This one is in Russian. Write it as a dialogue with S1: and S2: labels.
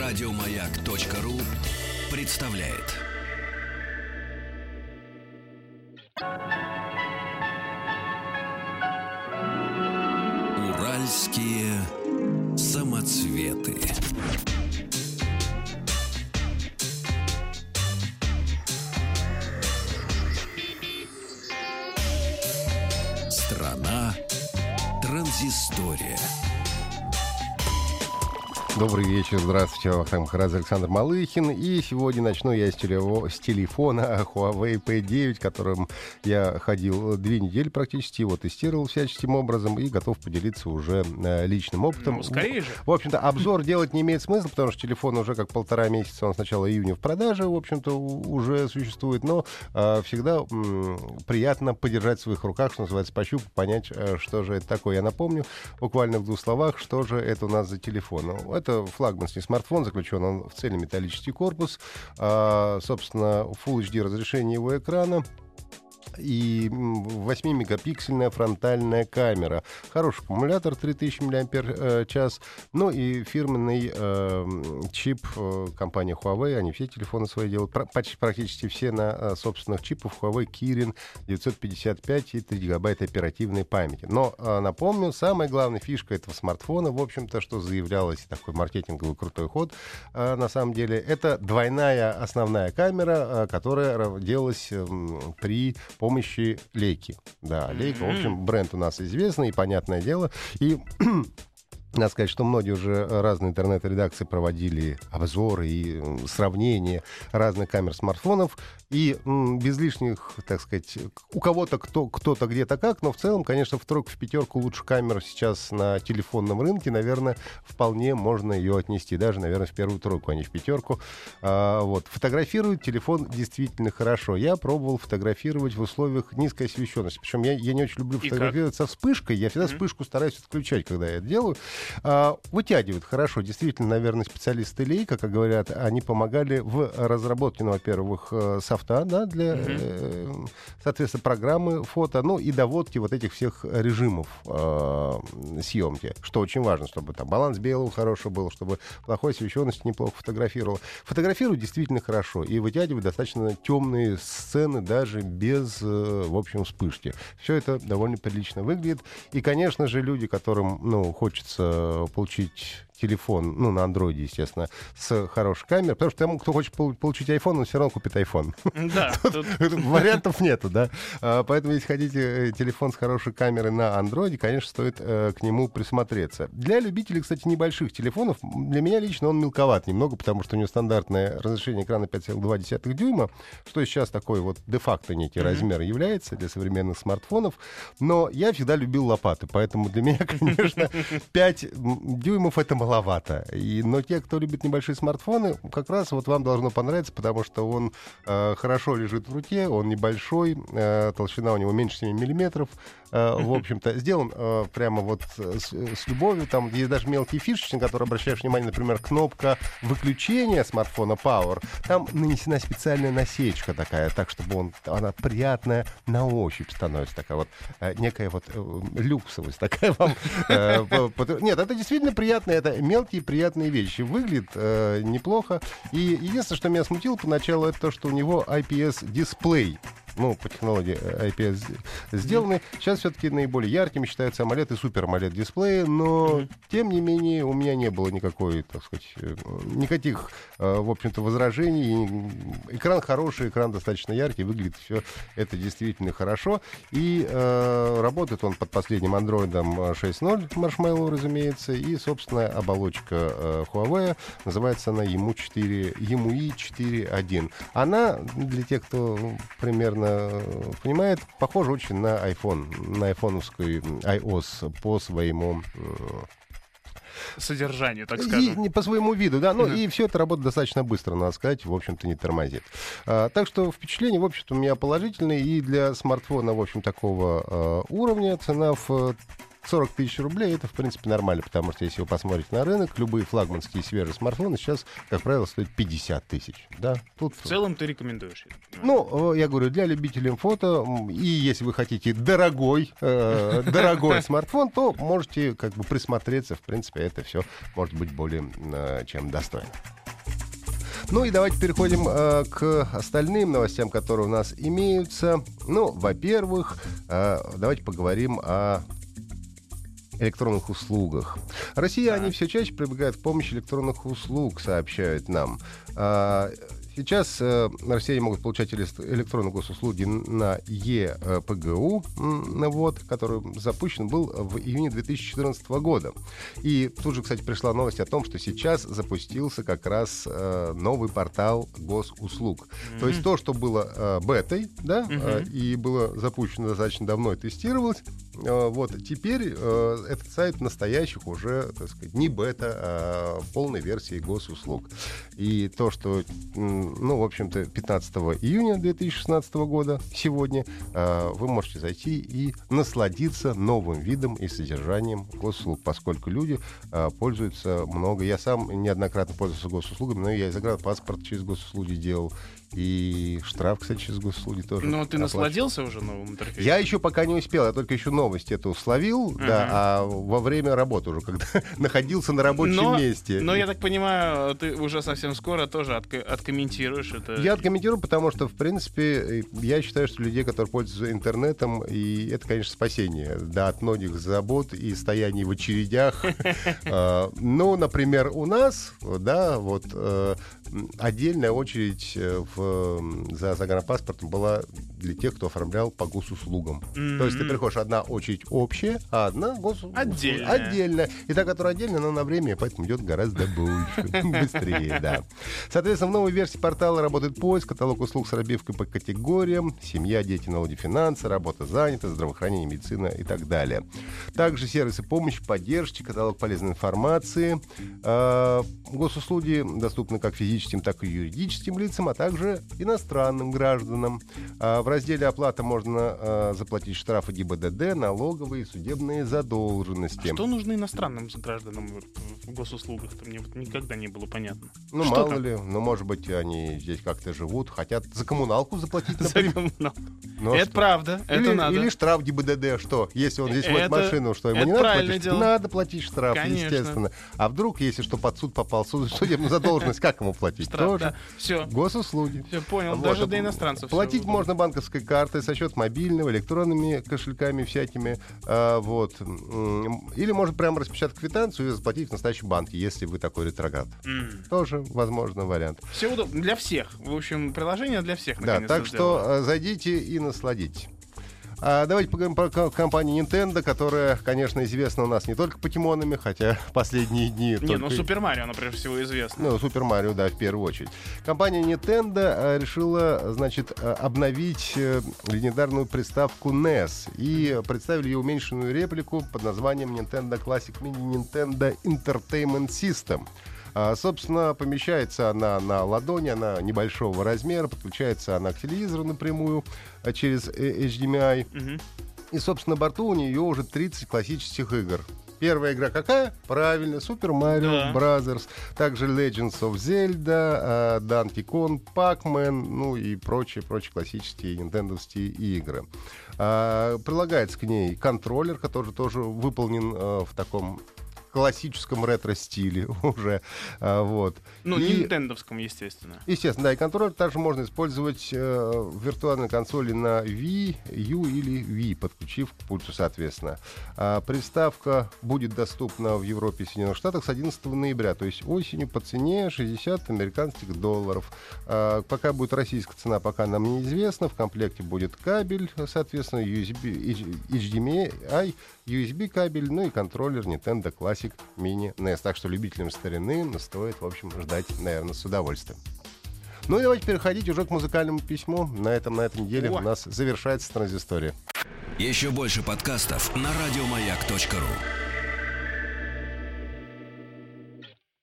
S1: Радиомаяк.ру представляет. Уральские самоцветы. Страна транзистория.
S2: Добрый вечер, здравствуйте, Вахтанг Махарадзе, Александр Малыхин. И сегодня начну я с телефона Huawei P9, которым я ходил 2 недели практически, его тестировал всяческим образом и готов поделиться уже личным опытом.
S3: Ну, скорее же.
S2: В общем-то, обзор делать не имеет смысла, потому что телефон уже как 1,5 месяца, он с начала июня в продаже, в общем-то, уже существует, но всегда приятно подержать в своих руках, что называется, пощупать, понять, что же это такое. Я напомню буквально в 2 словах, что же это у нас за телефон. Это флагманский смартфон, заключен он в цельнометаллический корпус, собственно, Full HD разрешение его экрана и 8-мегапиксельная фронтальная камера. Хороший аккумулятор, 3000 мАч. Ну и фирменный чип компании Huawei. Они все телефоны свои делают. Практически все на собственных чипах Huawei Kirin 955 и 3 гигабайта оперативной памяти. Но напомню, самая главная фишка этого смартфона, в общем-то, что заявлялось, такой маркетинговый крутой ход, на самом деле, это двойная основная камера, которая делалась при помощи Leica. Да, Leica, в общем, бренд у нас известный, понятное дело. И надо сказать, что многие уже разные интернет-редакции проводили обзоры и сравнения разных камер смартфонов. И без лишних, так сказать, у кого-то кто-то где-то как, но в целом, конечно, в тройку, в пятерку лучших камер сейчас на телефонном рынке, наверное, вполне можно ее отнести. Даже, наверное, в первую тройку, а не в пятерку. Вот. Фотографирует телефон действительно хорошо. Я пробовал фотографировать в условиях низкой освещенности. Причем я не очень люблю фотографировать со вспышкой. Я всегда вспышку стараюсь отключать, когда я это делаю. Вытягивает хорошо. Действительно, наверное, специалисты Leica, как говорят, они помогали в разработке, ну, во-первых, софта, да, для, соответственно, программы фото, ну, и доводки вот этих всех режимов съемки, что очень важно, чтобы там баланс белого хороший был, чтобы плохой освещенности неплохо фотографировало. Фотографирует действительно хорошо и вытягивает достаточно темные сцены даже без, в общем, вспышки. Все это довольно прилично выглядит. И, конечно же, люди, которым, ну, хочется получить телефон, ну, на андроиде, естественно, с хорошей камерой, потому что тому, кто хочет получить iPhone, он все равно купит iPhone.
S3: Да.
S2: Вариантов нету, да. Поэтому, если хотите телефон с хорошей камерой на андроиде, конечно, стоит к нему присмотреться. Для любителей, кстати, небольших телефонов, для меня лично он мелковат немного, потому что у него стандартное разрешение экрана 5,2 дюйма, что сейчас такой вот де-факто некий размер является для современных смартфонов. Но я всегда любил лопаты, поэтому для меня, конечно, 5 дюймов — это маловато. Но те, кто любит небольшие смартфоны, как раз вот вам должно понравиться, потому что он хорошо лежит в руке, он небольшой, толщина у него меньше 7 миллиметров. В общем-то, сделан прямо вот с любовью. Там есть даже мелкие фишечки, на которые обращаешь внимание, например, кнопка выключения смартфона Power. Там нанесена специальная насечка такая, так, чтобы она приятная на ощупь становится. Такая вот некая вот люксовость такая вам. Нет, это действительно приятно, это мелкие приятные вещи. Выглядит неплохо. И единственное, что меня смутило поначалу, это то, что у него IPS-дисплей. Ну, по технологии IPS сделаны. Сейчас все-таки наиболее яркими считаются AMOLED и Super AMOLED дисплеи, но, тем не менее, у меня не было никакой, так сказать, никаких, в общем-то, возражений. Экран хороший, экран достаточно яркий, выглядит все это действительно хорошо. И работает он под последним Android 6.0, Marshmallow, разумеется, и, собственно, оболочка Huawei, называется она EMUI 4.1. Она, для тех, кто примерно понимает, похоже очень на iPhone, на айфоновскую iOS по своему
S3: содержанию, так скажем.
S2: И по своему виду, да. Ну, и все это работает достаточно быстро, надо сказать, в общем-то, не тормозит. Так что впечатление, в общем-то, у меня положительное. И для смартфона, в общем, такого уровня цена в 40 тысяч рублей — это, в принципе, нормально, потому что если вы посмотрите на рынок, любые флагманские свежие смартфоны сейчас, как правило, стоят 50 тысяч. Да? Тут...
S3: В целом ты рекомендуешь?
S2: Ну, я говорю, для любителей фото, и если вы хотите дорогой смартфон, то можете как бы присмотреться. В принципе, это все может быть более чем достойно. Ну и давайте переходим к остальным новостям, которые у нас имеются. Ну, во-первых, давайте поговорим о электронных услугах. Россияне все чаще прибегают к помощи электронных услуг, сообщают нам. Сейчас россияне могут получать электронные госуслуги на ЕПГУ, вот, который запущен был в июне 2014 года. И тут же, кстати, пришла новость о том, что сейчас запустился как раз новый портал госуслуг. То есть то, что было бетой, да, и было запущено достаточно давно и тестировалось, вот, теперь этот сайт настоящих уже, так сказать, не бета, а полной версии госуслуг. И то, что... Ну, в общем-то, 15 июня 2016 года, сегодня, вы можете зайти и насладиться новым видом и содержанием госуслуг, поскольку люди пользуются много. Я сам неоднократно пользовался госуслугами, но я и загранпаспорт через госуслуги делал, и штраф, кстати, через госуслуги тоже.
S3: Но ты насладился уже новым интерфейсом?
S2: Я еще пока не успел, я только еще новость эту словил, да, а во время работы уже, когда находился на рабочем месте.
S3: Но, я так понимаю, ты уже совсем скоро тоже откомментируешь это.
S2: Я откомментирую, потому что, в принципе, я считаю, что людей, которые пользуются интернетом, и это, конечно, спасение, да, от многих забот и стояний в очередях. Ну, например, у нас, да, вот отдельная очередь за загранпаспортом была для тех, кто оформлял по госуслугам. То есть ты приходишь, одна очередь общая, а одна отдельная. И та, которая отдельная, она на время, поэтому идет гораздо больше, быстрее, да. Соответственно, в новой версии портала работает поиск, каталог услуг с разбивкой по категориям: семья, дети, налоги, финансы, работа, занята, здравоохранение, медицина и так далее. Также сервисы помощи, поддержки, каталог полезной информации. Госуслуги доступны как физическим, так и юридическим лицам, а также иностранным гражданам. В разделе «Оплата» можно заплатить штрафы ГИБДД, налоговые и судебные задолженности.
S3: Что нужно иностранным гражданам в госуслугах? Это мне вот никогда не было понятно.
S2: Ну, что мало там? Ли, ну, может быть, они здесь как-то живут, хотят за коммуналку заплатить, например.
S3: За коммуналку. Это правда, это надо.
S2: Или штраф ГИБДД, что? Если он здесь водит машину, что ему не надо платить?
S3: Дело.
S2: Надо платить штраф, естественно. А вдруг, если что, под суд попал, судебную задолженность, как ему платить?
S3: Штраф,
S2: тоже.
S3: Да. Все.
S2: Госуслуги.
S3: Все, понял, даже для иностранцев.
S2: Платить можно банковской картой, со счет мобильного, электронными кошельками всякими. Вот. Или можно прямо распечатать квитанцию и заплатить в настоящем банке, если вы такой ретроград. Тоже возможный вариант.
S3: Все удобно. Для всех. В общем, приложение для всех.
S2: Да, так что зайдите и насладитесь. Давайте поговорим про компанию Nintendo, которая, конечно, известна у нас не только покемонами, хотя последние дни...
S3: Ну Супер Марио, она прежде всего известна.
S2: Ну, Супер Марио, да, в первую очередь. Компания Nintendo решила, значит, обновить легендарную приставку NES и представили ее уменьшенную реплику под названием Nintendo Classic Mini Nintendo Entertainment System. Собственно, помещается она на ладони, она небольшого размера, подключается она к телевизору напрямую через HDMI. И, собственно, на борту у нее уже 30 классических игр. Первая игра какая? Правильно, Super Mario Brothers, также Legends of Zelda, Donkey Kong, Pac-Man, ну и прочие классические нинтендовские игры. Прилагается к ней контроллер, который тоже выполнен в таком классическом ретро-стиле уже. Вот.
S3: Ну, и нинтендовском, естественно.
S2: Естественно, да. И контроллер также можно использовать в виртуальной консоли на Wii U или Wii, подключив к пульту, соответственно. Приставка будет доступна в Европе и Соединенных Штатах с 11 ноября, то есть осенью по цене $60 американских. Пока будет российская цена, пока нам неизвестно. В комплекте будет кабель, соответственно, HDMI, USB кабель, ну и контроллер Nintendo Classic Mini NES. Так что любителям старины стоит, в общем, ждать, наверное, с удовольствием. Ну и давайте переходить уже к музыкальному письму. На этой неделе у нас завершается Транзистория.
S1: Еще больше подкастов на радиомаяк.ру.